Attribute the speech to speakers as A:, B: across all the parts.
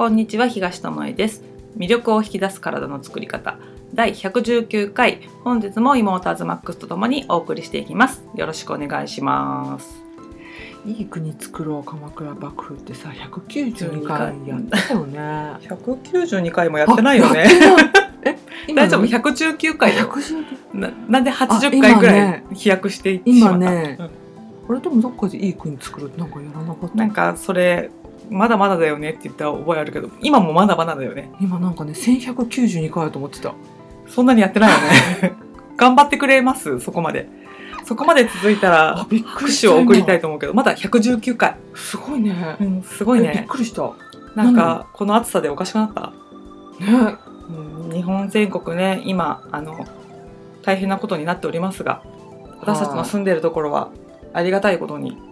A: こんにちは、東智恵です。魅力を引き出す体の作り方第119回、本日も妹アズマックスとともにお送りしていきます。よろしくお願いします。
B: いい国作ろう鎌倉幕府ってさ、192回やったよね。
A: 192回もやってないよね。大丈夫、119回だよ。なんで80回ぐらい飛躍していってしまった。
B: あれでもどっかでいい国作るってなんかやらなかった。
A: なんかそれまだまだだよねって言った覚えあるけど、今もまだまだだよね。
B: 今なんかね、1192回だと思ってた。
A: そんなにやってないよね。頑張ってくれます。そこまで続いたら拍手を送りたいと思うけど、まだ119回。
B: すごいね。
A: すごいね。
B: びっくりした。
A: なんかこの暑さでおかしくなった
B: ね。
A: 日本全国ね、今大変なことになっておりますが、私たちの住んでいるところはありがたいことに、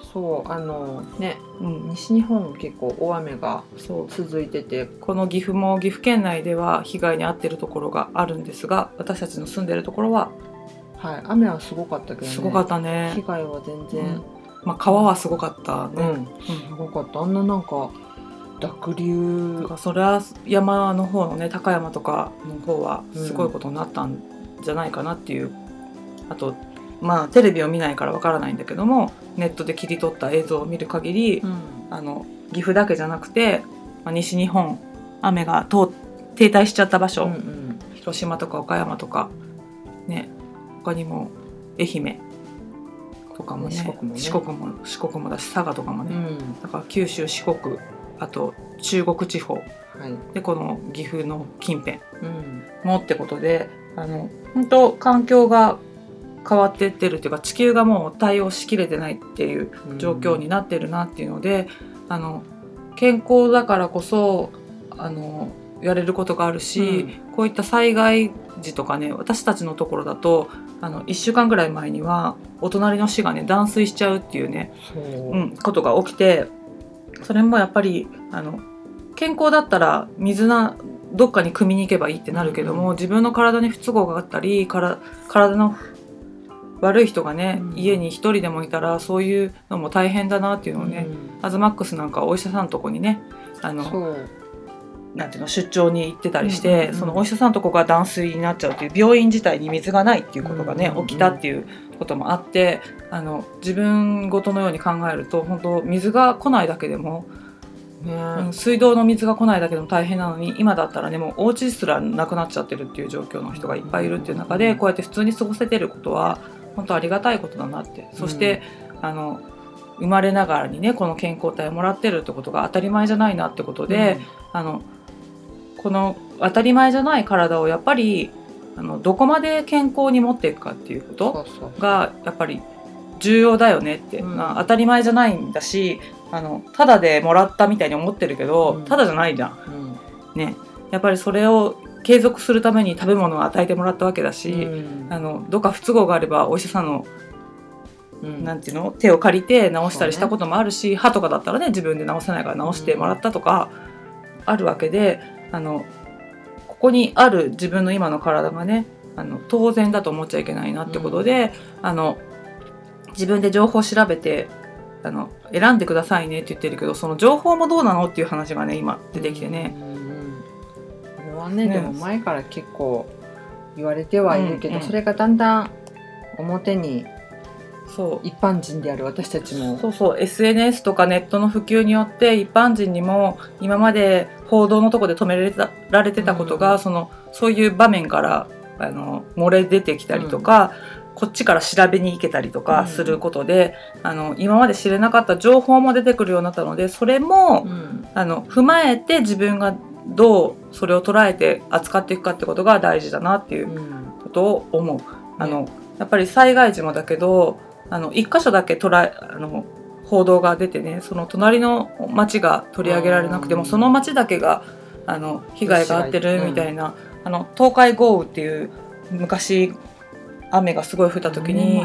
B: 西日本結構大雨が続いてて、
A: この岐阜県内では被害に遭っているところがあるんですが、私たちの住んでいるところは、
B: 雨はすごかったけどね。
A: すごかったね。
B: 被害は全然、
A: 川はすごかったね。
B: すごかった。あんななんか濁流
A: が、それは山の方のね、高山とかの方はすごいことになったんじゃないかなっていう。あとテレビを見ないからわからないんだけども、ネットで切り取った映像を見る限り、岐阜だけじゃなくて、西日本雨が停滞しちゃった場所、広島とか岡山とかね、他にも愛媛とかもね、四国もだし、佐賀とかもね、だから九州、四国、あと中国地方、でこの岐阜の近辺もってことで、本当環境が変わっていってるっていうか、地球がもう対応しきれてないっていう状況になってるなっていうので、健康だからこそやれることがあるし、こういった災害時とかね、私たちのところだと1週間ぐらい前にはお隣の市がね断水しちゃうっていうね、ことが起きて、それもやっぱり健康だったら水どっかに汲みに行けばいいってなるけども、自分の体に不都合があったり、体の悪い人がね、家に一人でもいたらそういうのも大変だなっていうのをね、アズマックスなんかお医者さんのとこにね、なんていうの、出張に行ってたりして、そのお医者さんのとこが断水になっちゃうっていう、病院自体に水がないっていうことがね、起きたっていうこともあって、自分ごとのように考えると、本当水が来ないだけでも、水道の水が来ないだけでも大変なのに、今だったらね、もうお家すらなくなっちゃってるっていう状況の人がいっぱいいるっていう中で、こうやって普通に過ごせてることは本当ありがたいことだなって。そして生まれながらにね、この健康体をもらってるってことが当たり前じゃないなってことで、この当たり前じゃない体をやっぱりどこまで健康に持っていくかっていうことがやっぱり重要だよねって、当たり前じゃないんだし、ただでもらったみたいに思ってるけど、ただじゃないじゃん、ね。やっぱりそれを継続するために食べ物を与えてもらったわけだし、どっか不都合があればお医者さんのなんていうの、手を借りて治したりしたこともあるし、歯とかだったらね、自分で治せないから治してもらったとかあるわけで、ここにある自分の今の体がね、当然だと思っちゃいけないなってことで、自分で情報を調べて選んでくださいねって言ってるけど、その情報もどうなのっていう話がね、今出てきてね。
B: これはね、でも前から結構言われてはいるけど、それがだんだん表に、一般人である私たちも、
A: SNS とかネットの普及によって一般人にも今まで報道のとこで止められてたことが、そういう場面から漏れ出てきたりとか、こっちから調べに行けたりとかすることで、今まで知れなかった情報も出てくるようになったので、それも、踏まえて自分がどうそれを捉えて扱っていくかってことが大事だなっていうことを思う。やっぱり災害時もだけど、一箇所だけ報道が出てね、その隣の町が取り上げられなくても、その町だけが被害があってるみたいな、東海豪雨っていう昔雨がすごい降った時に、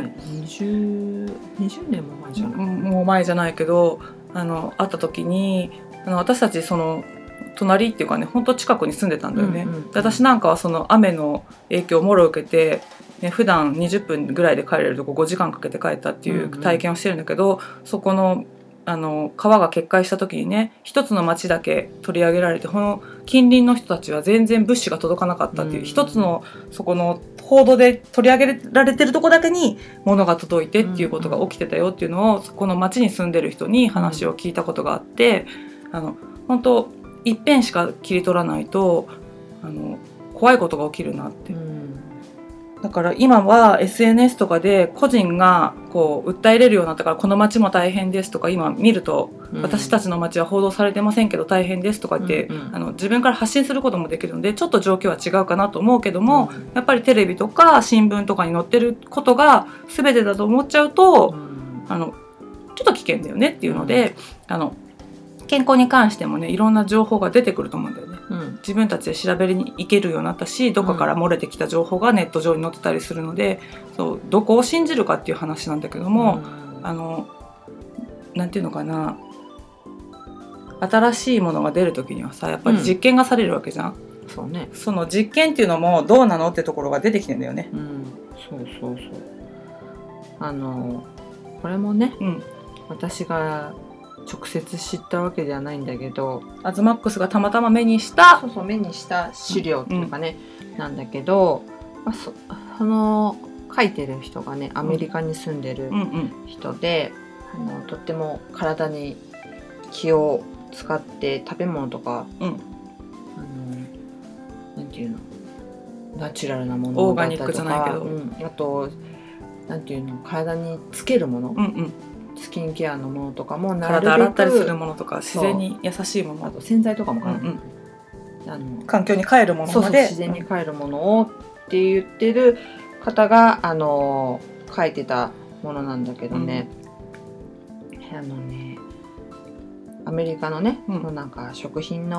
B: 20年も前じゃない、
A: もう前じゃないけどあった時に、私たちその隣っていうかね、本当近くに住んでたんだよね。で、私なんかはその雨の影響をもろ受けて、普段20分ぐらいで帰れるとこ5時間かけて帰ったっていう体験をしてるんだけど、そこの川が決壊した時にね一つの町だけ取り上げられてこの近隣の人たちは全然物資が届かなかったっていう、一つのそこの報道で取り上げられてるとこだけに物が届いてっていうことが起きてたよっていうのをそこの町に住んでる人に話を聞いたことがあって、本当一遍しか切り取らないと怖いことが起きるなって、だから今は SNS とかで個人がこう訴えれるようになったからこの町も大変ですとか今見ると、私たちの町は報道されてませんけど大変ですとかって、自分から発信することもできるのでちょっと状況は違うかなと思うけども、やっぱりテレビとか新聞とかに載ってることが全てだと思っちゃうと、ちょっと危険だよねっていうので、健康に関してもねいろんな情報が出てくると思うんだよね、自分たちで調べに行けるようになったしどこかから漏れてきた情報がネット上に載ってたりするので、そうどこを信じるかっていう話なんだけども、なんていうのかな、新しいものが出る時にはさやっぱり実験がされるわけじゃん、
B: そうね、
A: その実験っていうのもどうなのってところが出てきてんだよね、
B: そうこれもね、私が直接知ったわけではないんだけど
A: アズマックスがたまたま目にした
B: 目にした資料っていうかね、なんだけど、その書いてる人がねアメリカに住んでる人で、とっても体に気を使って食べ物とか、なんていうのナチュラルなもの
A: オーガニックじゃないけど、
B: あとなんていうの体につけるもの、スキンケアのものとかもなるべく
A: 体洗ったりするものとか自然に優しいもの、
B: あと洗剤とかもかな、
A: 環境に帰るものまで
B: 自然に帰るものをって言ってる方が書いてたものなんだけどね、アメリカのね、なんか食品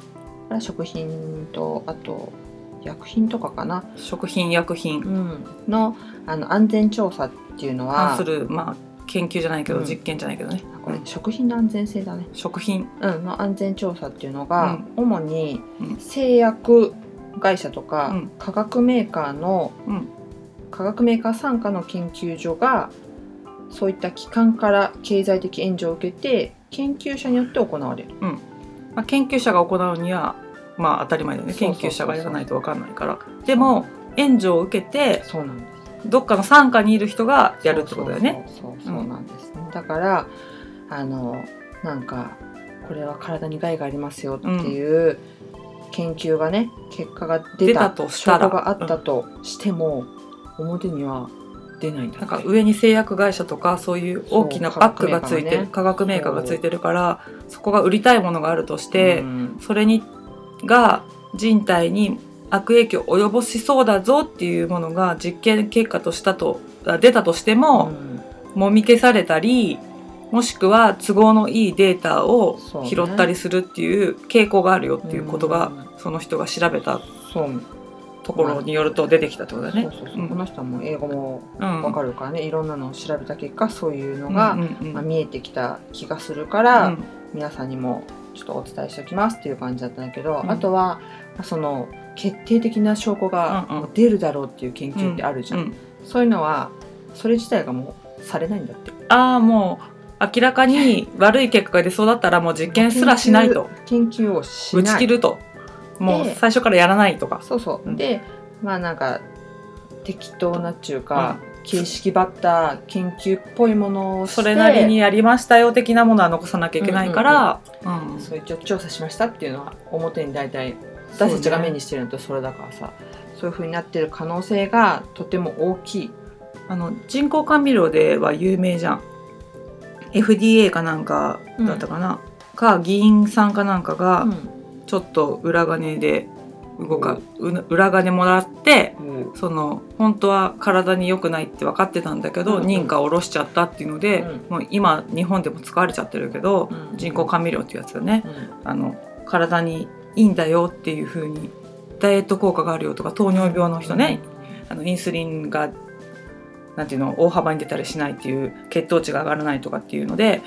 B: とあと薬品とかかな、
A: 食品薬品、
B: の安全調査っていうのは
A: 関する研究じゃないけど、実験じゃないけどね、
B: これ食品の安全性だね、
A: 食品、
B: の安全調査っていうのが、主に製薬会社とか、化学メーカー傘下の研究所がそういった機関から経済的援助を受けて研究者によって行われる、
A: 研究者が行うには当たり前だよね、研究者がやらないと分かんないから。でも援助を受けて
B: そうなんです、
A: どっかの傘下にいる人がやるってことだよね。
B: そうなんですね、だからなんかこれは体に害がありますよっていう研究がね、結果が出たとしたら、証拠があったとしても、表には出ないんだって。
A: なんか上に製薬会社とかそういう大きなバッグがついてる、化学メーカーがついてるから、そこが売りたいものがあるとして、それが人体に悪影響を及ぼしそうだぞっていうものが実験結果と出たとしても、もみ消されたり、もしくは都合のいいデータを拾ったりするっていう傾向があるよっていうことが、その人が調べたところによると出てきたってことだね。
B: この人も英語も分かるからね、いろんなのを調べた結果そういうのが、見えてきた気がするから、皆さんにもちょっとお伝えしておきますっていう感じだったんだけど、あとはその決定的な証拠が出るだろうっていう研究ってあるじゃん、そういうのはそれ自体がもうされないんだって。
A: もう明らかに悪い結果が出そうだったらもう実験すらしないと、
B: 研究をしない、
A: 打ち切ると、もう最初からやらないとか、
B: でなんか適当なっていうか、形式ばった研究っぽいものをして、
A: それなりにやりましたよ的なものは残さなきゃいけないから、
B: そういう調査しましたっていうのは表に大体私たちが目にしてるのとそれだからさ、そういう風になってる可能性がとても大きい。
A: 人工甘味料では有名じゃん。FDA かなんかだったかな、か議員さんかなんかがちょっと裏金で裏金もらって、その本当は体に良くないって分かってたんだけど、認可を下ろしちゃったっていうので、もう今日本でも使われちゃってるけど、人工甘味料っていうやつがね、体にいいんだよっていう風にダイエット効果があるよとか、糖尿病の人ね、インスリンがなんていうの大幅に出たりしないっていう、血糖値が上がらないとかっていうので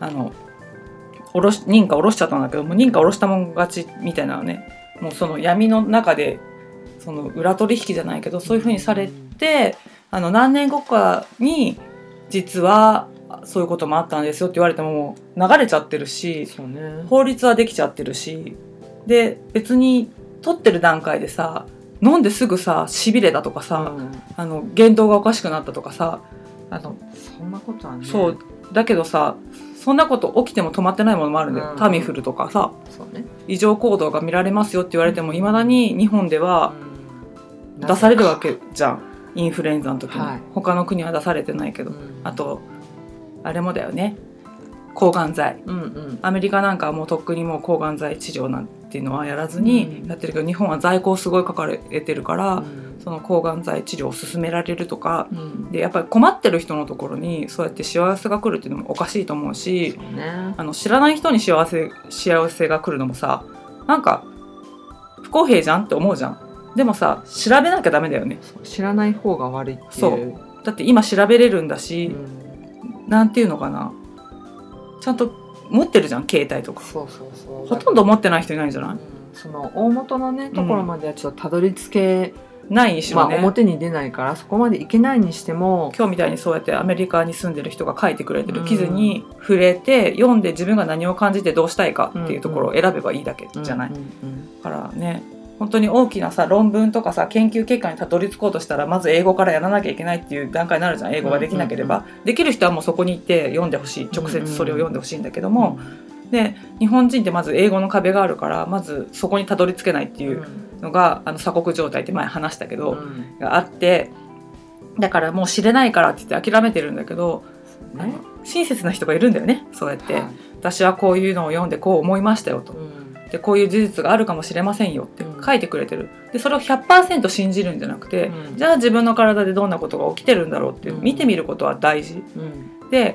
A: 認可を下ろしちゃったんだけど、もう認可を下ろしたもん勝ちみたいなのね、もうその闇の中でその裏取引じゃないけどそういう風にされて、何年後かに実はそういうこともあったんですよって言われてももう流れちゃってるし、
B: そうね、
A: 法律はできちゃってるし、で別に取ってる段階でさ飲んですぐさしびれだとかさ、言動がおかしくなったとかさ、
B: そんなことはね。
A: そうだけどさ、そんなこと起きても止まってないものもあるんだよ、タミフルとかさ、
B: そうね、
A: 異常行動が見られますよって言われてもいまだに日本では出されるわけじゃん、インフルエンザの時に、他の国は出されてないけど、あとあれもだよね、抗がん剤、アメリカなんかはもうとっくにもう抗がん剤治療なんていうのはやらずにやってるけど、日本は在庫をすごいかかれてるから、その抗がん剤治療を勧められるとか、でやっぱり困ってる人のところにそうやって幸せが来るっていうのもおかしいと思うし、知らない人に幸せが来るのもさ、なんか不公平じゃんって思うじゃん。でもさ、調べなきゃダメだよね。
B: 知らない方が悪いっていう。
A: そうだって今調べれるんだし、なんていうのかな、ちゃんと持ってるじゃん、携帯とか。
B: そう
A: ほとんど持ってない人いないんじゃない？
B: その大元のねところまではちょっとたどり着け
A: ないにしろね、
B: 表に出ないからそこまでいけないにしても、
A: 今日みたいにそうやってアメリカに住んでる人が書いてくれてる記事に触れて読んで、自分が何を感じてどうしたいかっていうところを選べばいいだけじゃない。からね、本当に大きなさ論文とかさ研究結果にたどり着こうとしたらまず英語からやらなきゃいけないっていう段階になるじゃん。英語ができなければ、できる人はもうそこに行って読んでほしい、直接それを読んでほしいんだけども、で日本人ってまず英語の壁があるから、まずそこにたどり着けないっていうのが、鎖国状態って前話したけど、があって、だからもう知れないからって言って諦めてるんだけど、親切な人がいるんだよね、そうやって、私はこういうのを読んでこう思いましたよと、でこういう事実があるかもしれませんよって書いてくれてる。でそれを 100% 信じるんじゃなくて、じゃあ自分の体でどんなことが起きてるんだろうって見てみることは大事、で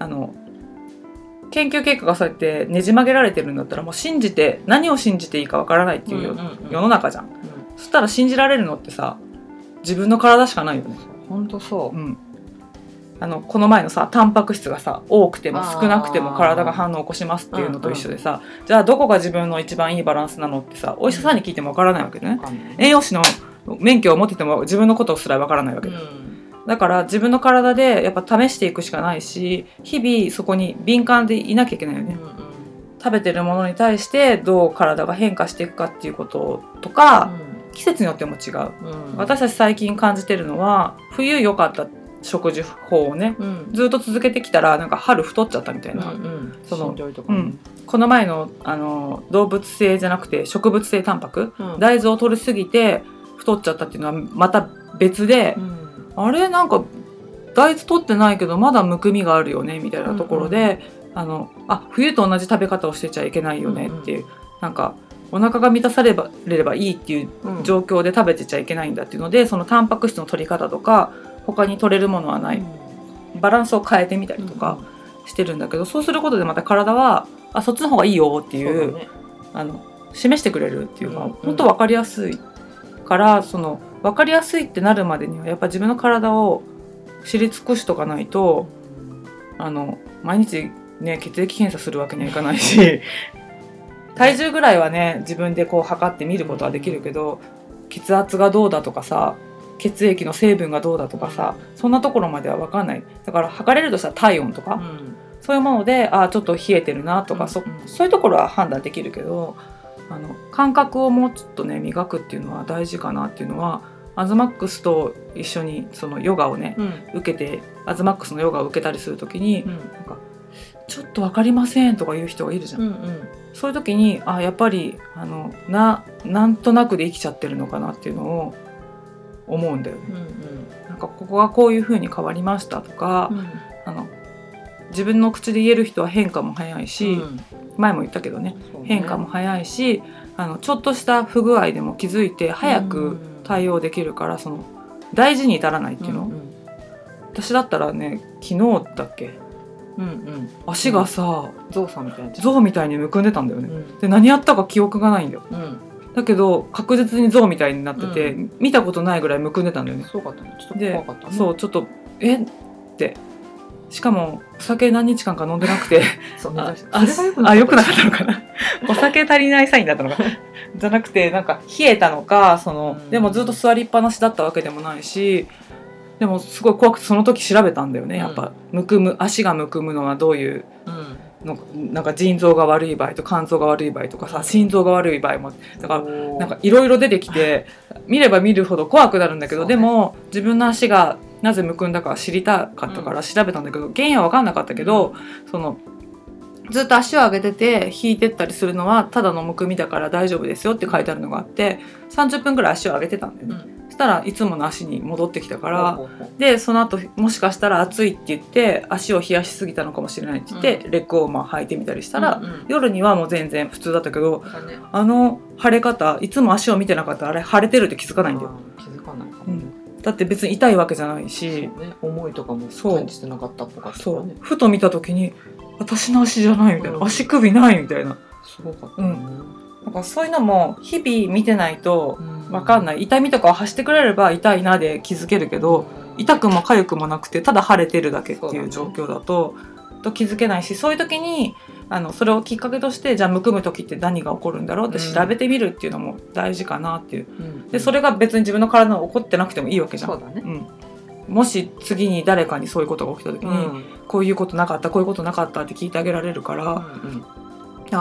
A: 研究結果がそうやってねじ曲げられてるんだったら、もう信じて、何を信じていいかわからないっていう世の中じゃん、そしたら信じられるのってさ、自分の体しかないよね。
B: 本当そう、
A: この前のさ、タンパク質がさ多くても少なくても体が反応を起こしますっていうのと一緒でさ、じゃあどこが自分の一番いいバランスなのってさ、お医者さんに聞いてもわからないわけね、栄養士の免許を持ってても自分のことすらわからないわけだ、だから自分の体でやっぱ試していくしかないし、日々そこに敏感でいなきゃいけないよね、食べてるものに対してどう体が変化していくかっていうこととか、季節によっても違う、私たち最近感じてるのは、冬良かった食事法をね、ずっと続けてきたらなんか春太っちゃったみたいな、この前の、動物性じゃなくて植物性タンパク、大豆を取りすぎて太っちゃったっていうのはまた別で、あれなんか大豆取ってないけどまだむくみがあるよねみたいなところで、冬と同じ食べ方をしてちゃいけないよねっていう、なんかお腹が満たされればいいっていう状況で食べてちゃいけないんだっていうので、そのタンパク質の取り方とか他に取れるものはない、バランスを変えてみたりとかしてるんだけど、そうすることでまた体はそっちの方がいいよっていう、示してくれるっていうか、本当分かりやすいから、その分かりやすいってなるまでにはやっぱ自分の体を知り尽くしとかないと、毎日ね血液検査するわけにはいかないし体重ぐらいはね自分でこう測ってみることはできるけど、血圧がどうだとかさ、血液の成分がどうだとかさ、そんなところまでは分かんない。だから測れるとしたら体温とか、そういうものでちょっと冷えてるなとか、そういうところは判断できるけど、感覚をもうちょっとね磨くっていうのは大事かなっていうのは、アズマックスと一緒にそのヨガをね、受けて、アズマックスのヨガを受けたりするときに、なんかちょっと分かりませんとか言う人がいるじゃん、そういう時にやっぱりなんとなくで生きちゃってるのかなっていうのを思うんだよね、なんかここがこういう風に変わりましたとか、自分の口で言える人は変化も早いし、前も言ったけどね、変化も早いし、ちょっとした不具合でも気づいて早く対応できるから、その大事に至らないっていうの、私だったらね、昨日だっけ、足がさ、
B: ゾ
A: ウみたいにむくんでたんだよね、で何やったか記憶がないんだよ、だけど確実にゾウみたいになってて、見たことないぐらいむくんでたんだよね。
B: そうかったね、ちょっと怖かったね。
A: そうちょっとってしかもお酒何日間か飲んでなくて良くなかったのかなお酒足りないサインだったのかじゃなくて、なんか冷えたのか、でもずっと座りっぱなしだったわけでもないし、 でもすごい怖くてその時調べたんだよね。やっぱ足がむくむのはどういうの、なんか腎臓が悪い場合と肝臓が悪い場合とかさ、心臓が悪い場合もだからなんかいろいろ出てきて見れば見るほど怖くなるんだけど、でも自分の足がなぜむくんだか知りたかったから調べたんだけど、原因は分かんなかったけど、そのずっと足を上げてて引いてったりするのはただのむくみだから大丈夫ですよって書いてあるのがあって、30分ぐらい足を上げてたんだよね。そしたらいつもの足に戻ってきたから、でその後もしかしたら暑いって言って足を冷やしすぎたのかもしれないって言って、レッグウォーマー履いてみたりしたら、夜にはもう全然普通だったけど、あの腫れ方、いつも足を見てなかったらあれ腫れてるって気づかないんだよ。
B: 気づかないかもね。
A: だって別に痛いわけじゃないし、
B: 重いとかも感じてなかったっぽかったからね。
A: ふと見た時に私の足じゃないみたいな、足首ないみたいな。
B: すごかったね。
A: なんかそういうのも日々見てないと分かんない。痛みとかを発してくれれば痛いなで気づけるけど、痛くも痒くもなくてただ腫れてるだけっていう状況だと気づけないし、そういう時にそれをきっかけとしてじゃあむくむ時って何が起こるんだろうって調べてみるっていうのも大事かなっていう。でそれが別に自分の体に起こってなくてもいいわけじゃん。
B: そうだね。
A: もし次に誰かにそういうことが起きた時に、こういうことなかったこういうことなかったって聞いてあげられるから、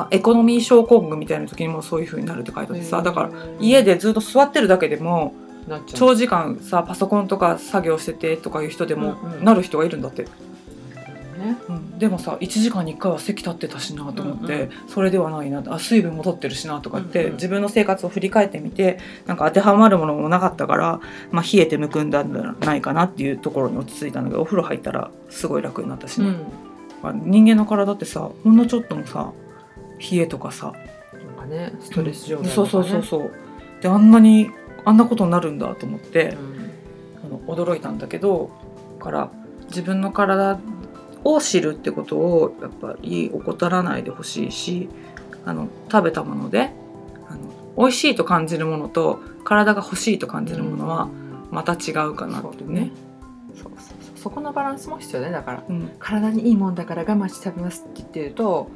A: エコノミー症候群みたいな時にもそういう風になるって書いてあってさ、だから家でずっと座ってるだけでも長時間さパソコンとか作業しててとかいう人でもなる人がいるんだって。でもさ1時間に1回は席立ってたしなと思って、それではないな、水分も取ってるしなとかって、自分の生活を振り返ってみてなんか当てはまるものもなかったから、冷えてむくんだんじゃないかなっていうところに落ち着いたんだけど、お風呂入ったらすごい楽になったしね。人間の体ってさほんのちょっともさ冷えとかさ
B: なんかねストレス状態
A: とかね、そうであんなことになるんだと思って、驚いたんだけど、だから自分の体を知るってことをやっぱり怠らないでほしいし、食べたもので美味しいと感じるものと体が欲しいと感じるものはまた違うかなってね。
B: そこのバランスも必要ね。だから、体にいいもんだから我慢して食べますって言ってると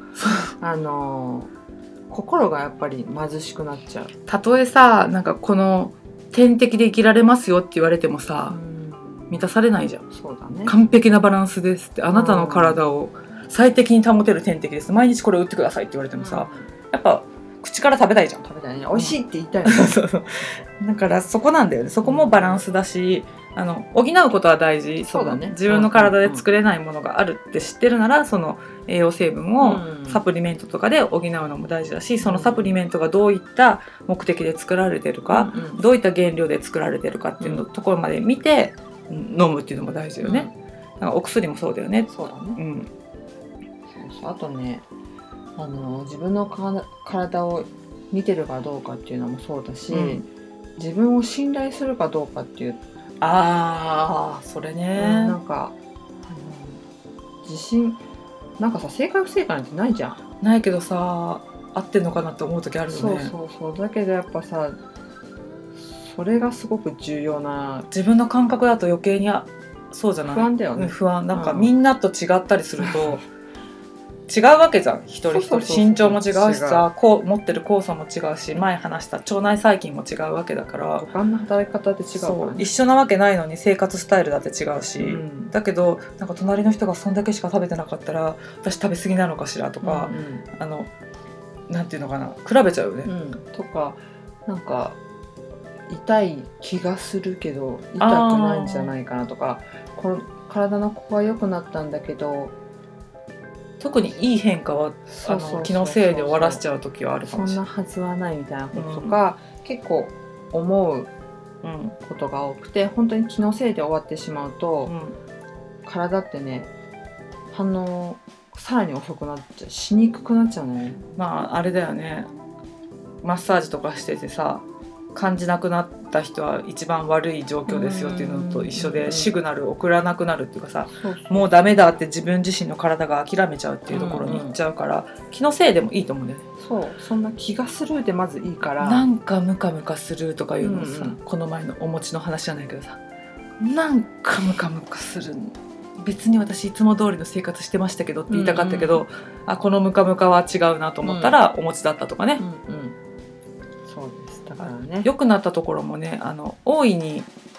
B: 心がやっぱり貧しくなっちゃう。
A: たとえさなんかこの点滴で生きられますよって言われてもさ、満たされないじゃん。
B: そうだね。
A: 完璧なバランスですって、あなたの体を最適に保てる点滴です、毎日これを打ってくださいって言われてもさ、やっぱ口から食べたいじゃん。
B: 食べたいね。美味しいって言いたい、
A: だからそこなんだよね。そこもバランスだし、補うことは大事。
B: そうだね。
A: 自分の体で作れないものがあるって知ってるなら、その栄養成分をサプリメントとかで補うのも大事だし、そのサプリメントがどういった目的で作られてるか、どういった原料で作られてるかっていうのところまで見て飲むっていうのも大事だよね。なんかお薬もそうだよね。
B: そうだね。あとね、自分の体を見てるかどうかっていうのもそうだし、自分を信頼するかどうかっていう。
A: それね。
B: なんか自信なんかさ、正解不正解なんてないじゃん。
A: ないけどさ、合ってんのかなって思う時あるよね。
B: そうだけどやっぱさ、それがすごく重要な。
A: 自分の感覚だと余計にそうじゃない。
B: 不安だよね。
A: 不安。なんかみんなと違ったりすると違うわけじゃん。一人一人身長も違うしさ、持ってる酵素も違うし、前話した腸内細菌も違うわけだから、
B: 五感の働き方って違うからね。
A: 一緒なわけないのに生活スタイルだって違うし、だけどなんか隣の人がそんだけしか食べてなかったら私食べ過ぎなのかしらとか、なんていうのかな、比べちゃうよね。
B: とかなんか痛い気がするけど痛くないんじゃないかなとか、体のここが良くなったんだけど、
A: 特にいい変化は気のせいで終わらせちゃう時はあるかもしれない。
B: そんなはずはないみたいなこととか、結構思うことが多くて、本当に気のせいで終わってしまうと、体ってね、反応さらに遅くなっちゃう、しにくくなっちゃうね。
A: あれだよね、マッサージとかしててさ、感じなくなった人は一番悪い状況ですよっていうのと一緒で、シグナル送らなくなるっていうかさ、もうダメだって自分自身の体が諦めちゃうっていうところに行っちゃうから、気のせいでもいいと思うんだよね。
B: そんな気がするでまずいいから、
A: なんかムカムカするとかいうのさ、この前のお餅の話じゃないけどさ、なんかムカムカする、別に私いつも通りの生活してましたけどって言いたかったけど、このムカムカは違うなと思ったらお餅だったとかね。
B: そうです。だからね、
A: 良くなったところもね、大いに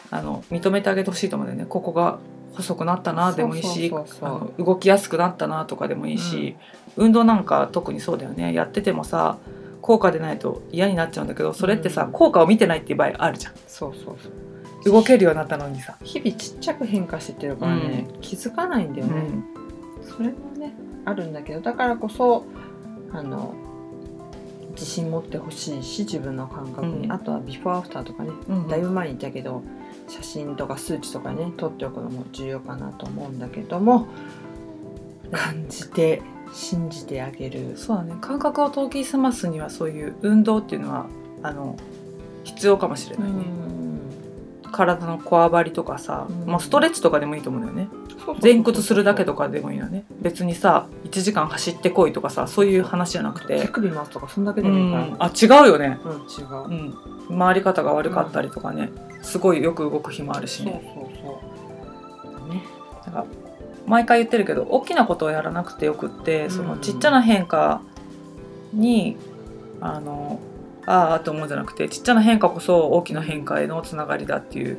A: 認めてあげてほしいと思うんだよね。ここが細くなったなでもいいし、動きやすくなったなとかでもいいし、運動なんか特にそうだよね。やっててもさ効果でないと嫌になっちゃうんだけど、それってさ、効果を見てないっていう場合あるじゃん。
B: そう
A: 動けるようになったのにさ、
B: 日々ちっちゃく変化してってるからね、気づかないんだよね、それもねあるんだけど、だからこそ自信持ってほしいし、自分の感覚に、あとはビフォーアフターとかね、だいぶ前に言ったけど写真とか数値とかね撮っておくのも重要かなと思うんだけども、感じて信じてあげる。
A: そうだね、感覚を研ぎ澄ますにはそういう運動っていうのは必要かもしれないね。体のこわばりとかさ、もうストレッチとかでもいいと思うんだよね。前屈するだけとかでもいいよね。別にさ1時間走ってこいとかさ、そういう話じゃなくて、
B: 手首回すとかそんだけでもいいから、
A: あ、違うよね、
B: 違う、
A: 回り方が悪かったりとかね、すごいよく動く日もあるしね。だから毎回言ってるけど、大きなことをやらなくてよくって、そのちっちゃな変化にと思うんじゃなくて、ちっちゃな変化こそ大きな変化へのつながりだっていう。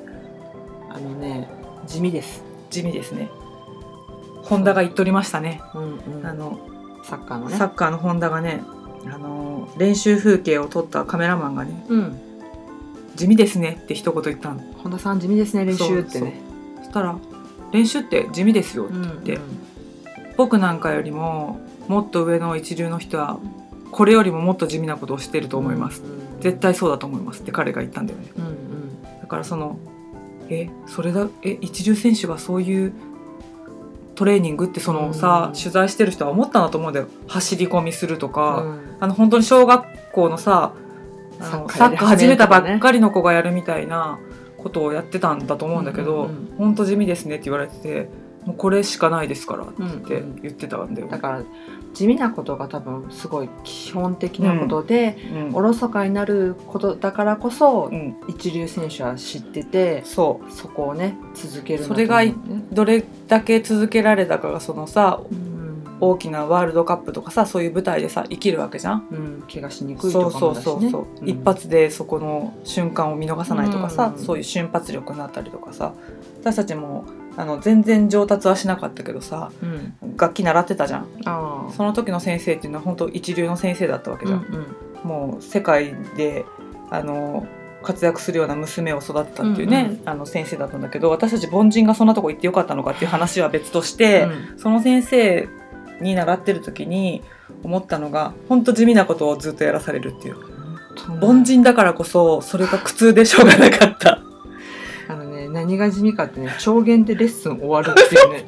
B: 地味です
A: ね。本田が言っとりましたね、
B: サッカーのね、
A: サッカーの本田がね、練習風景を撮ったカメラマンがね、地味ですねって一言言ったの。
B: 本田さん地味ですね練習ってね。
A: そしたら練習って地味ですよって言って、僕なんかよりももっと上の一流の人はこれよりももっと地味なことをしてると思います、絶対そうだと思いますって彼が言ったんだよね、だからそれだ一流選手がそういうトレーニングってさ、取材してる人は思ったなと思うんだよ。走り込みするとか、本当に小学校のさサッカー始めたばっかりの子がやるみたいなことをやってたんだと思うんだけど、本当地味ですねって言われてて、もうこれしかないですからって言ってたんだよ、
B: だから地味なことが多分すごい基本的なことで、おろそかになることだからこそ、一流選手は知ってて、そこをね続けるのと、
A: それがどれだけ続けられたかがそのさ、大きなワールドカップとかさ、そういう舞台でさ生きるわけじゃん、
B: 怪我しにくいとかもだしね、
A: 一発でそこの瞬間を見逃さないとかさ、そういう瞬発力になったりとかさ、私たちも全然上達はしなかったけどさ、楽器習ってたじゃん。その時の先生っていうのは本当一流の先生だったわけじゃん、もう世界で活躍するような娘を育てたっていうね、先生だったんだけど、私たち凡人がそんなとこ行ってよかったのかっていう話は別として、その先生に習ってる時に思ったのが、本当地味なことをずっとやらされるっていう、凡人だからこそそれが苦痛でしょうがなかった
B: 何が地味かってね、調弦でレッスン終わるっていうね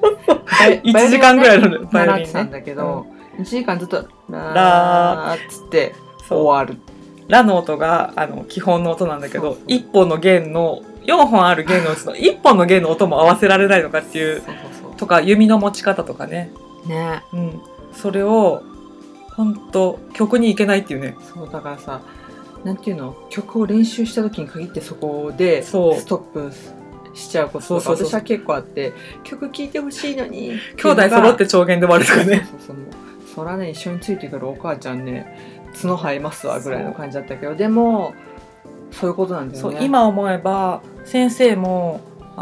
A: 1時間ぐらいの
B: バイオリンね習ってたんだけど、1時間ずっとラーっつって終わる。
A: ラの音が基本の音なんだけど、1本の弦の4本ある弦のうちの1本の弦の音も合わせられないのかっていう、とか弓の持ち方とかね、それを本当曲に行けないっていうね。
B: そうだからさ、なんていうの、曲を練習した時に限ってそこでストップしちゃうこととか私は結構あって、曲聴いてほしいのに
A: 兄弟揃って調弦で終わるとかね。
B: そらね、一緒についてくるお母ちゃんね角生えますわぐらいの感じだったけど、でもそういうことなんだよね。
A: 今思えば先生も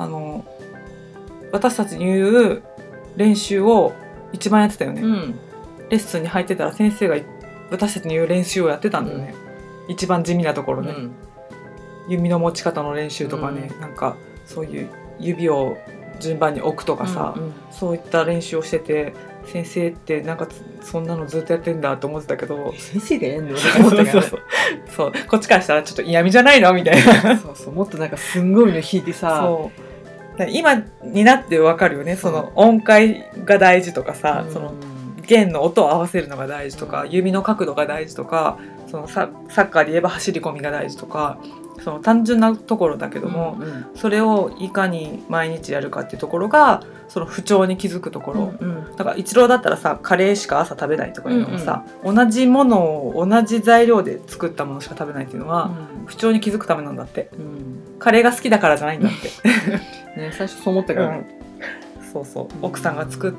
A: 私たちに言う練習を一番やってたよね、レッスンに入ってたら先生が私たちに言う練習をやってたんだよね、一番地味なところね、弓の持ち方の練習とかね、なんかそういう指を順番に置くとかさ、そういった練習をしてて、先生ってなんかそんなのずっとやってんだと思ってたけど、
B: 先生がやんのと思ったけど、
A: そうこっちからしたらちょっと嫌味じゃないのみたいな
B: もっとなんかすんごいの弾いてさ、
A: 今になってわかるよね、その音階が大事とかさ、その弦の音を合わせるのが大事とか、指の角度が大事とか、そのサッカーで言えば走り込みが大事とか、その単純なところだけども、それをいかに毎日やるかっていうところがその不調に気づくところ、だから一郎だったらさ、カレーしか朝食べないとかいうのもさ、同じものを同じ材料で作ったものしか食べないっていうのは、不調に気づくためなんだって、カレーが好きだからじゃないんだって
B: ね、最初そう思ったから、
A: 奥さんが作った、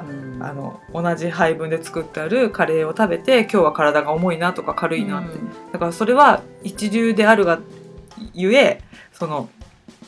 A: 同じ配分で作ってあるカレーを食べて、今日は体が重いなとか軽いなって、だからそれは一流であるがゆえ、その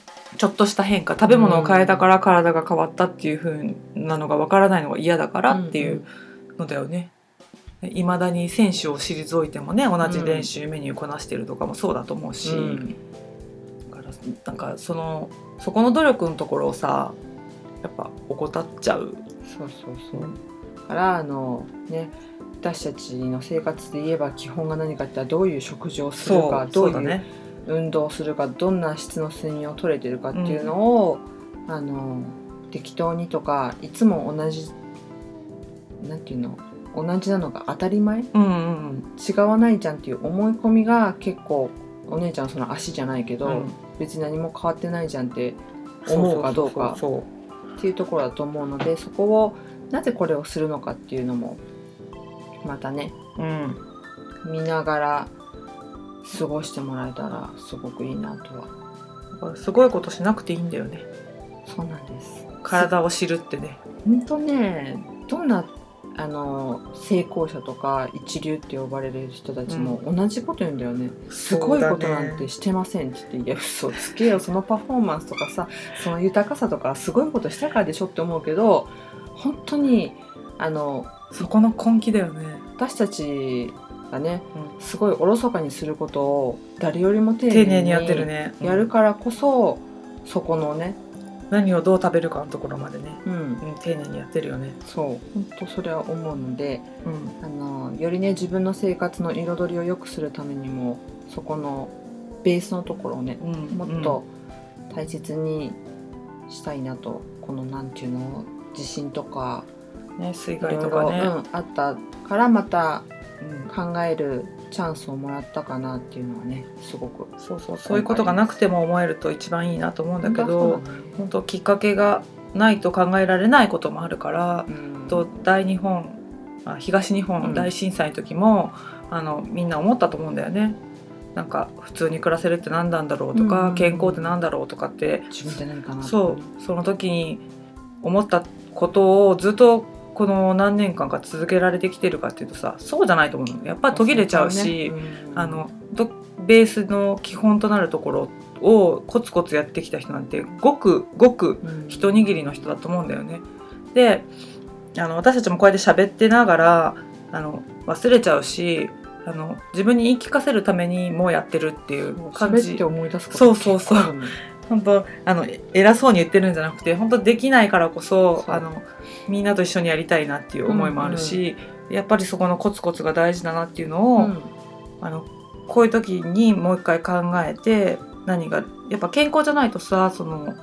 A: ちょっとした変化、食べ物を変えたから体が変わったっていう風なのが分からないのが嫌だからっていうのだよね。いまだに選手を退いてもね、同じ練習メニューこなしてるとかもそうだと思うし、だからなんかそこの努力のところをさ、やっぱ怠っちゃう。
B: そうだからね、私たちの生活で言えば基本が何かってどういう食事をするか、どういう運動をするか、どんな質の睡眠を取れてるかっていうのを、適当にとか、いつも同じなんていうの、同じなのが当たり前、違わないじゃんっていう思い込みが結構、お姉ちゃんその足じゃないけど、別に何も変わってないじゃんって思うかどうかっていうところだと思うので、そこをなぜこれをするのかっていうのもまたね、見ながら過ごしてもらえたらすごくいいなとは。
A: だからすごいことしなくていいんだよね。
B: そうなんです。
A: 体を知るってね。
B: 本当ね、どんな成功者とか一流って呼ばれる人たちも同じこと言うんだよね。すごいことなんてしてませんって言って、いや嘘つけよ、そのパフォーマンスとかさ、その豊かさとかすごいことしたからでしょって思うけど、本当に
A: そこの根気だよね。
B: 私たちがね、すごいおろそかにすることを誰よりも丁寧にやってるね、やるからこそ、そこのね、
A: 何をどう食べるかのところまでね、丁寧にやってるよね。
B: そう、本当それは思うので、よりね、自分の生活の彩りを良くするためにも、そこのベースのところをね、もっと大切にしたいなと。このなんていうの、地震とか、
A: ね、水害とかね、
B: あったからまた考えるチャンスをもらったかなっていうのはね、すごく
A: そういうことがなくても思えると一番いいなと思うんだけど、本当きっかけがないと考えられないこともあるから、東日本大震災の時も、みんな思ったと思うんだよね。なんか普通に暮らせるって何なんだろうとか、健康って何だろうとかって、
B: 自分って何かな、
A: その時に思ったことをずっとこの何年間か続けられてきてるかっていうとさ、そうじゃないと思うの。やっぱり途切れちゃうし、ベースの基本となるところをコツコツやってきた人なんてごくごく一握りの人だと思うんだよね。で、私たちもこうやって喋ってながら忘れちゃうし、自分に言い聞かせるためにもうやってるっていう感じ。
B: 喋って思い出すこと
A: そう本当偉そうに言ってるんじゃなくて、本当できないからこそみんなと一緒にやりたいなっていう思いもあるし、やっぱりそこのコツコツが大事だなっていうのを、こういう時にもう一回考えて、何がやっぱ健康じゃないとさ、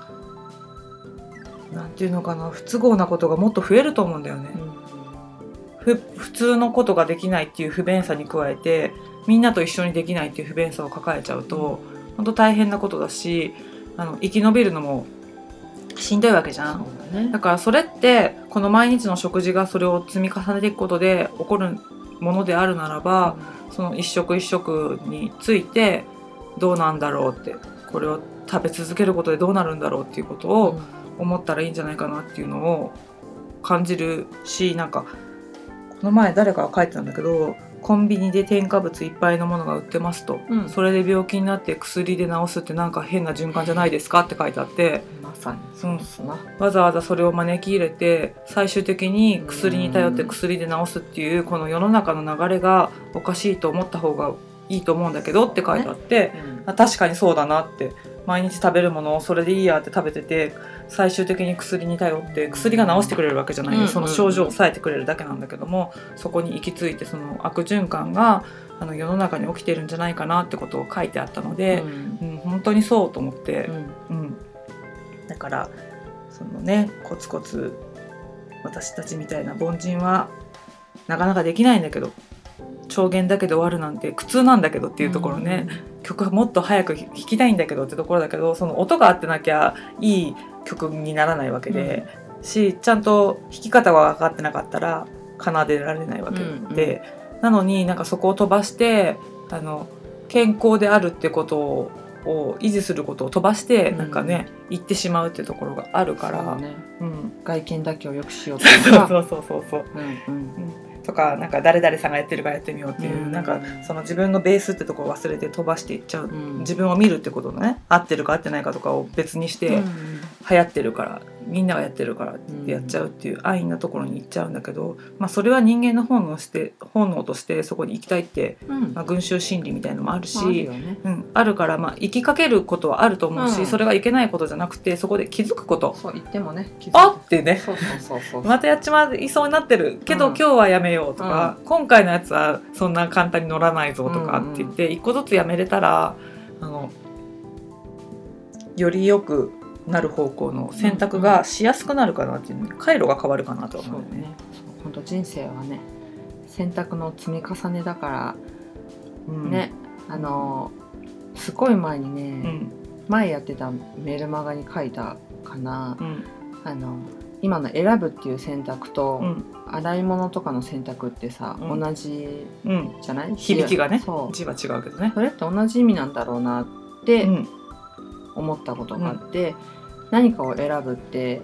A: なんていうのかな、不都合なことがもっと増えると思うんだよね。普通のことができないっていう不便さに加えて、みんなと一緒にできないっていう不便さを抱えちゃうと、本当大変なことだし、生き延びるのもしんどいわけじゃん。だからそれってこの毎日の食事がそれを積み重ねていくことで起こるものであるならば、その一食一食についてどうなんだろうって、これを食べ続けることでどうなるんだろうっていうことを思ったらいいんじゃないかなっていうのを感じるし、なんかこの前誰かが書いてたんだけど、コンビニで添加物いっぱいのものが売ってますと、それで病気になって薬で治すってなんか変な循環じゃないですかって書いてあって、
B: まさにそうですな、
A: わざわざそれを招き入れて最終的に薬に頼って薬で治すっていうこの世の中の流れがおかしいと思った方がいいと思うんだけどって書いてあって、確かにそうだなって。毎日食べるものをそれでいいやって食べてて、最終的に薬に頼って薬が治してくれるわけじゃない、その症状を抑えてくれるだけなんだけども、そこに行き着いてその悪循環が世の中に起きてるんじゃないかなってことを書いてあったので、本当にそうと思って、だからそのね、コツコツ私たちみたいな凡人はなかなかできないんだけど、調弦だけで終わるなんて苦痛なんだけどっていうところね、曲はもっと早く弾きたいんだけどってところだけど、その音が合ってなきゃいい曲にならないわけで、しちゃんと弾き方が分かってなかったら奏でられないわけで、なのになんかそこを飛ばして健康であるってことを維持することを飛ばしてなんかね、言ってしまうっていうところがあるから、
B: 外見だけを良くしようと
A: か、そうとか、なんか誰々さんがやってるからやってみようっていう、なんかその自分のベースってところを忘れて飛ばしていっちゃう、自分を見るってことのね、合ってるか合ってないかとかを別にして、流行ってるからみんながやってるからってやっちゃうっていう安易なところに行っちゃうんだけど、それは人間の本能としてそこに行きたいって、群衆心理みたいのもあるし、あるから、行きかけることはあると思うし、それがいけないことじゃなくて、そこで気づくこと、
B: そう言ってもね、
A: あってね、またやっちまいそうになってるけど、今日はやめようとか、今回のやつはそんな簡単に乗らないぞとかって言って、一個ずつやめれたらよりよくなる方向の選択がしやすくなるかなっていう、回路が変わるかなと思うね。
B: 本当人生はね、選択の積み重ねだから、ね、すごい前にね、前やってたメルマガに書いたかな、今の選ぶっていう選択と、洗い物とかの選択ってさ、同じじゃない？
A: 響きがね、字は違うけどね。
B: それって同じ意味なんだろうなって思ったことがあって、何かを選ぶって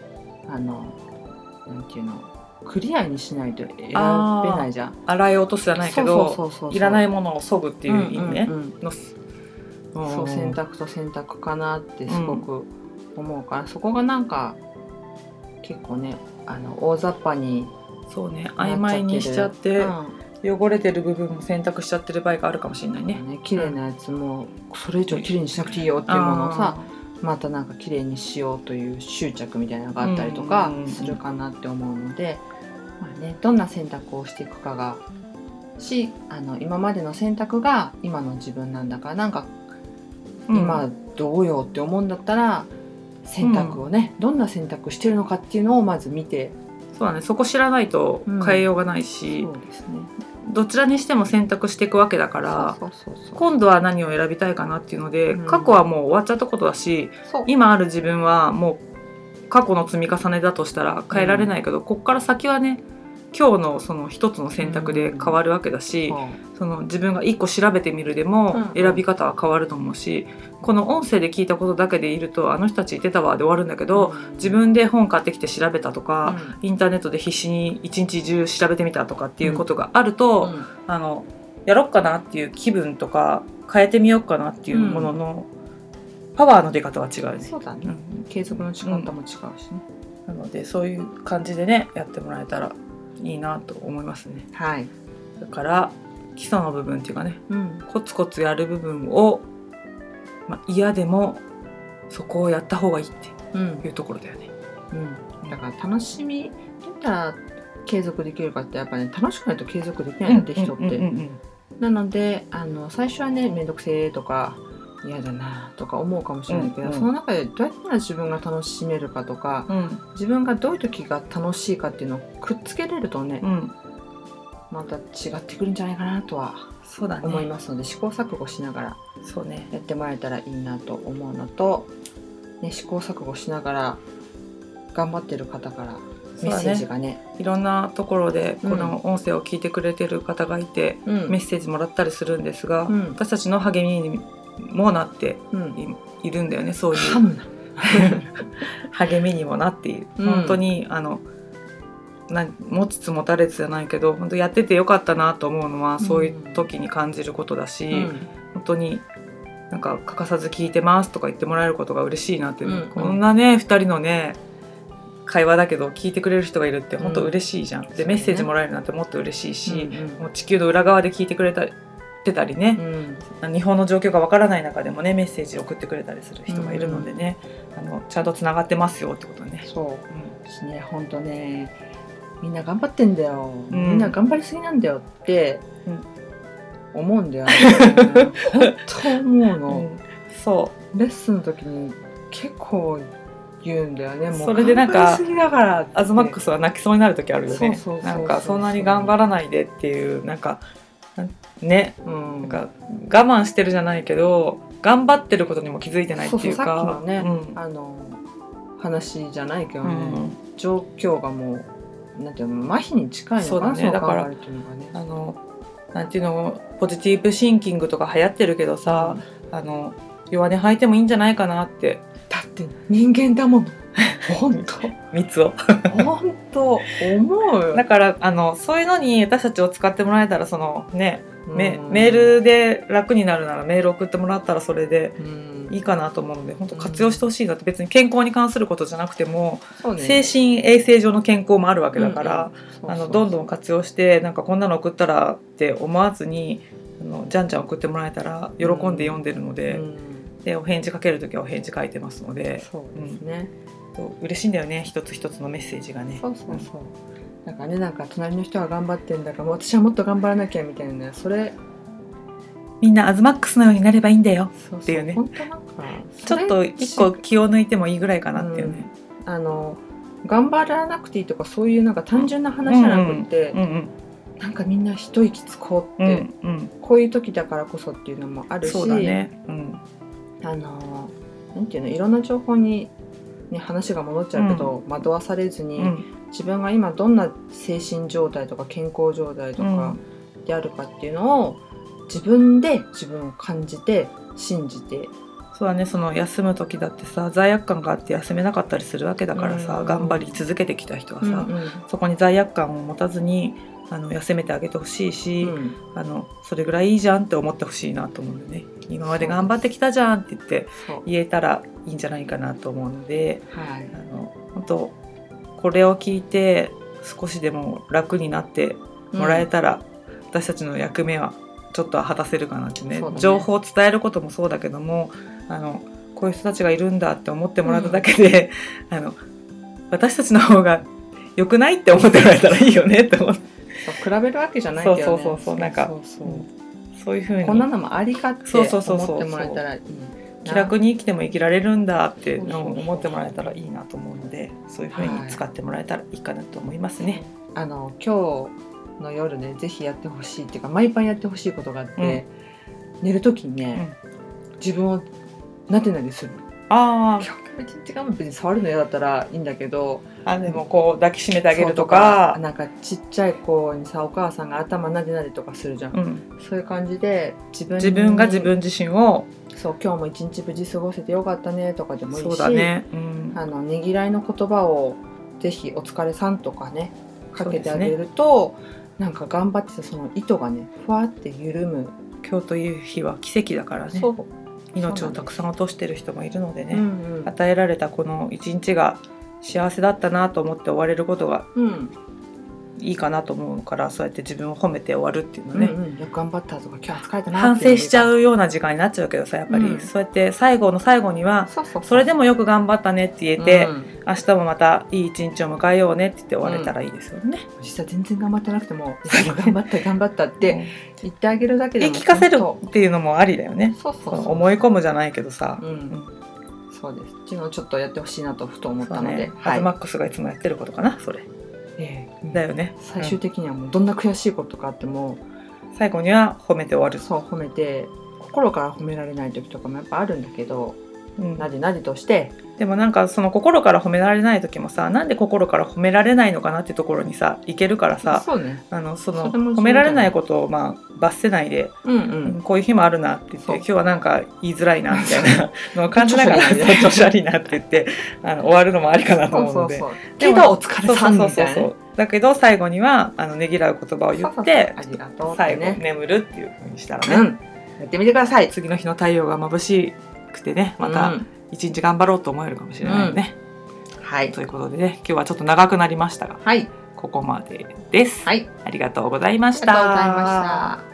B: なんていうの、クリアにしないと選べないじゃん。
A: 洗い落とすじゃないけど、いらないものを削ぐっていう意味ね。
B: そう選択と選択かなってすごく思うから、そこがなんか結構ね、大雑把に
A: そうね、曖昧にしちゃって、汚れてる部分も選択しちゃってる場合があるかもしれないね。
B: 綺麗なやつもそれ以上綺麗にしなくていいよっていうものをさ、またなんか綺麗にしようという執着みたいなのがあったりとかするかなって思うので、どんな選択をしていくかが今までの選択が今の自分なんだから、なんか今どうよって思うんだったら、選択をね、どんな選択してるのかっていうのをまず見て、
A: そうだね、そこ知らないと変えようがないし、
B: そうですね、
A: どちらにしても選択していくわけだから、今度は何を選びたいかなっていうので、過去はもう終わっちゃったことだし、今ある自分はもう過去の積み重ねだとしたら変えられないけど、こっから先はね、今日のその一つの選択で変わるわけだし、その自分が一個調べてみるでも選び方は変わると思うし、この音声で聞いたことだけでいると、あの人たち言ってたわで終わるんだけど、自分で本買ってきて調べたとか、インターネットで必死に一日中調べてみたとかっていうことがあると、やろっかなっていう気分とか、変えてみようかなっていうもののパワーの出方は違うね。
B: そうだね、継続の仕方も違うしね、
A: なのでそういう感じでね、やってもらえたらいいなと思いますね。
B: はい。
A: だから基礎の部分っていうかね、コツコツやる部分を、嫌でもそこをやった方がいいっていうところだよね。
B: だから楽しみどうやったら継続できるかって、やっぱね、楽しくないと継続できないんだって、人って。なので最初はね、めんどくせえとか嫌だなとか思うかもしれないけど、その中でどうやったら自分が楽しめるかとか、自分がどういう時が楽しいかっていうのをくっつけれるとね、また違ってくるんじゃないかなとは思いますので、試行錯誤しながらやってもらえたらいいなと思うのと、試行錯誤しながら頑張ってる方からメッセージがね、
A: いろんなところでこの音声を聞いてくれてる方がいて、メッセージもらったりするんですが、私たちの励みにもなっているんだよね。そういう励みにもなっている。本当に持ちつ持たれつじゃないけど、本当やっててよかったなと思うのは、そういう時に感じることだし、本当になんか欠かさず聞いてますとか言ってもらえることが嬉しいなって、こんなね2人のね会話だけど聞いてくれる人がいるって本当嬉しいじゃん。でメッセージもらえるなんてもっと嬉しいし、もう地球の裏側で聞いてくれてたりね、日本の状況がわからない中でもねメッセージを送ってくれたりする人がいるのでね、ちゃんとつながってますよってことね。
B: そうね、本当ね、みんな頑張ってんだよ、みんな頑張りすぎなんだよって思うんだよね。本当思うの。そうレッスンの時に結構言うんだよね。もう
A: それでなんか
B: 頑張りすぎだから
A: アズマックスは泣きそうになる時あるよね。なんかそんなに頑張らないでっていう、なんかね、なんか我慢してるじゃないけど頑張ってることにも気づいてないっていうか、
B: さっきのね、話じゃないけどね、状況がもうなんていうの、麻痺に近いのかな。
A: だからなんていうの、ポジティブシンキングとか流行ってるけどさ、弱音吐いてもいいんじゃないかなって。
B: だって人間だもん本当
A: 3つを
B: 本当思う。
A: だからそういうのに私たちを使ってもらえたらそのね、メールで楽になるならメール送ってもらったらそれでいいかなと思うので、本当活用してほしいなって。別に健康に関することじゃなくても、精神衛生上の健康もあるわけだから、どんどん活用して、なんかこんなの送ったらって思わずにじゃんじゃん送ってもらえたら喜んで読んでるので、でお返事かけるときはお返事書いてますので、
B: そうですね、
A: 嬉しいんだよね、一つ一つのメッセージがね。
B: そうなんかね、なんか隣の人が頑張ってんだから私はもっと頑張らなきゃみたいな、それ
A: みんなアズマックスのようになればいいんだよっていうね。
B: 本当なんか
A: ちょっと一個気を抜いてもいいぐらいかなっていうね、
B: 頑張らなくていいとかそういうなんか単純な話じゃなくって、なんかみんな一息つこうって、こういう時だからこそっていうのもあるし、
A: そうだね、
B: なんていうの、いろんな情報に、ね、話が戻っちゃうけど、惑わされずに、自分が今どんな精神状態とか健康状態とかであるかっていうのを自分で自分を感じて信じて。
A: そうだね、その休む時だってさ、罪悪感があって休めなかったりするわけだからさ、頑張り続けてきた人はさ、そこに罪悪感を持たずに休めてあげてほしいし、それぐらいいいじゃんって思ってほしいなと思うんでね。今まで頑張ってきたじゃんって言えたらいいんじゃないかなと思うので、本当これを聞いて少しでも楽になってもらえたら、私たちの役目はちょっと果たせるかなってね。情報を伝えることもそうだけども、こういう人たちがいるんだって思ってもらっただけで、私たちの方が良くないって思ってもらえたらいいよねって思って。
B: 比べるわけじゃないけどね。
A: なんかそういう風に
B: こんなのもありかって思ってもらえたらいい。
A: 気楽に生きても生きられるんだって思ってもらえたらいいなと思うので、そういう風に使ってもらえたらいいかなと思いますね。
B: 今日の夜ね、ぜひやってほしいっていうか毎晩やってほしいことがあって、寝る時にね、自分をなでなでする。今日一日頑張って触るの嫌だったらいいんだけど、
A: でもこう抱きしめてあげるとか、
B: なんかちっちゃい子にさ、お母さんが頭なでなでとかするじゃん、そういう感じで自分が自分自身を、そう、今日も一日無事過ごせてよかったねとかでもいいし、そうだね、ねぎらいの言葉をぜひお疲れさんとかねかけてあげると、なんか頑張ってたその糸がねふわって緩む。
A: 今日という日は奇跡だからね。命をたくさん落としてる人もいるのでね、与えられたこの一日が幸せだったなと思って終われることがいいかなと思うから、そうやって自分を褒めて終わるっていうのね、
B: よく頑張ったとか今日は疲れたな
A: 反省しちゃうような時間になっちゃうけどさ、やっぱり、そうやって最後の最後にはそれでもよく頑張ったねって言えて、明日もまたいい一日を迎えようねって言って終われたらいいですよね。
B: 実際全然頑張ってなくても頑張った頑張ったって言ってあげるだけでも
A: 言い聞かせるっていうのもありだよね。思い込むじゃないけどさ、
B: そうです。っていうのをちょっとやってほしいなとふと思ったので、
A: アズマックスがいつもやってることかな、それ。だよね。
B: 最終的にはもうどんな悔しいことがあっても、
A: 最後には褒めて終わる。
B: そう、褒めて、心から褒められない時とかもやっぱあるんだけど、なでなでとして。
A: でもなんかその心から褒められない時もさ、なんで心から褒められないのかなっていうところにさいけるからさ、その褒められないことを罰せないで、こういう日もあるなって言って、今日はなんか言いづらいなみたいなのを感じながら調子悪いなって言って終わるのもありかなと思うので、
B: けどお疲れさんみたいな。
A: だけど最後にはねぎらう言葉を言って最後眠るっていう風にしたらね、
B: やってみてください。
A: 次の日の太陽が眩しくてね、また一日頑張ろうと思えるかもしれないよね。ということでね、今日はちょっと長くなりましたが、ここまでです。ありがとうございました。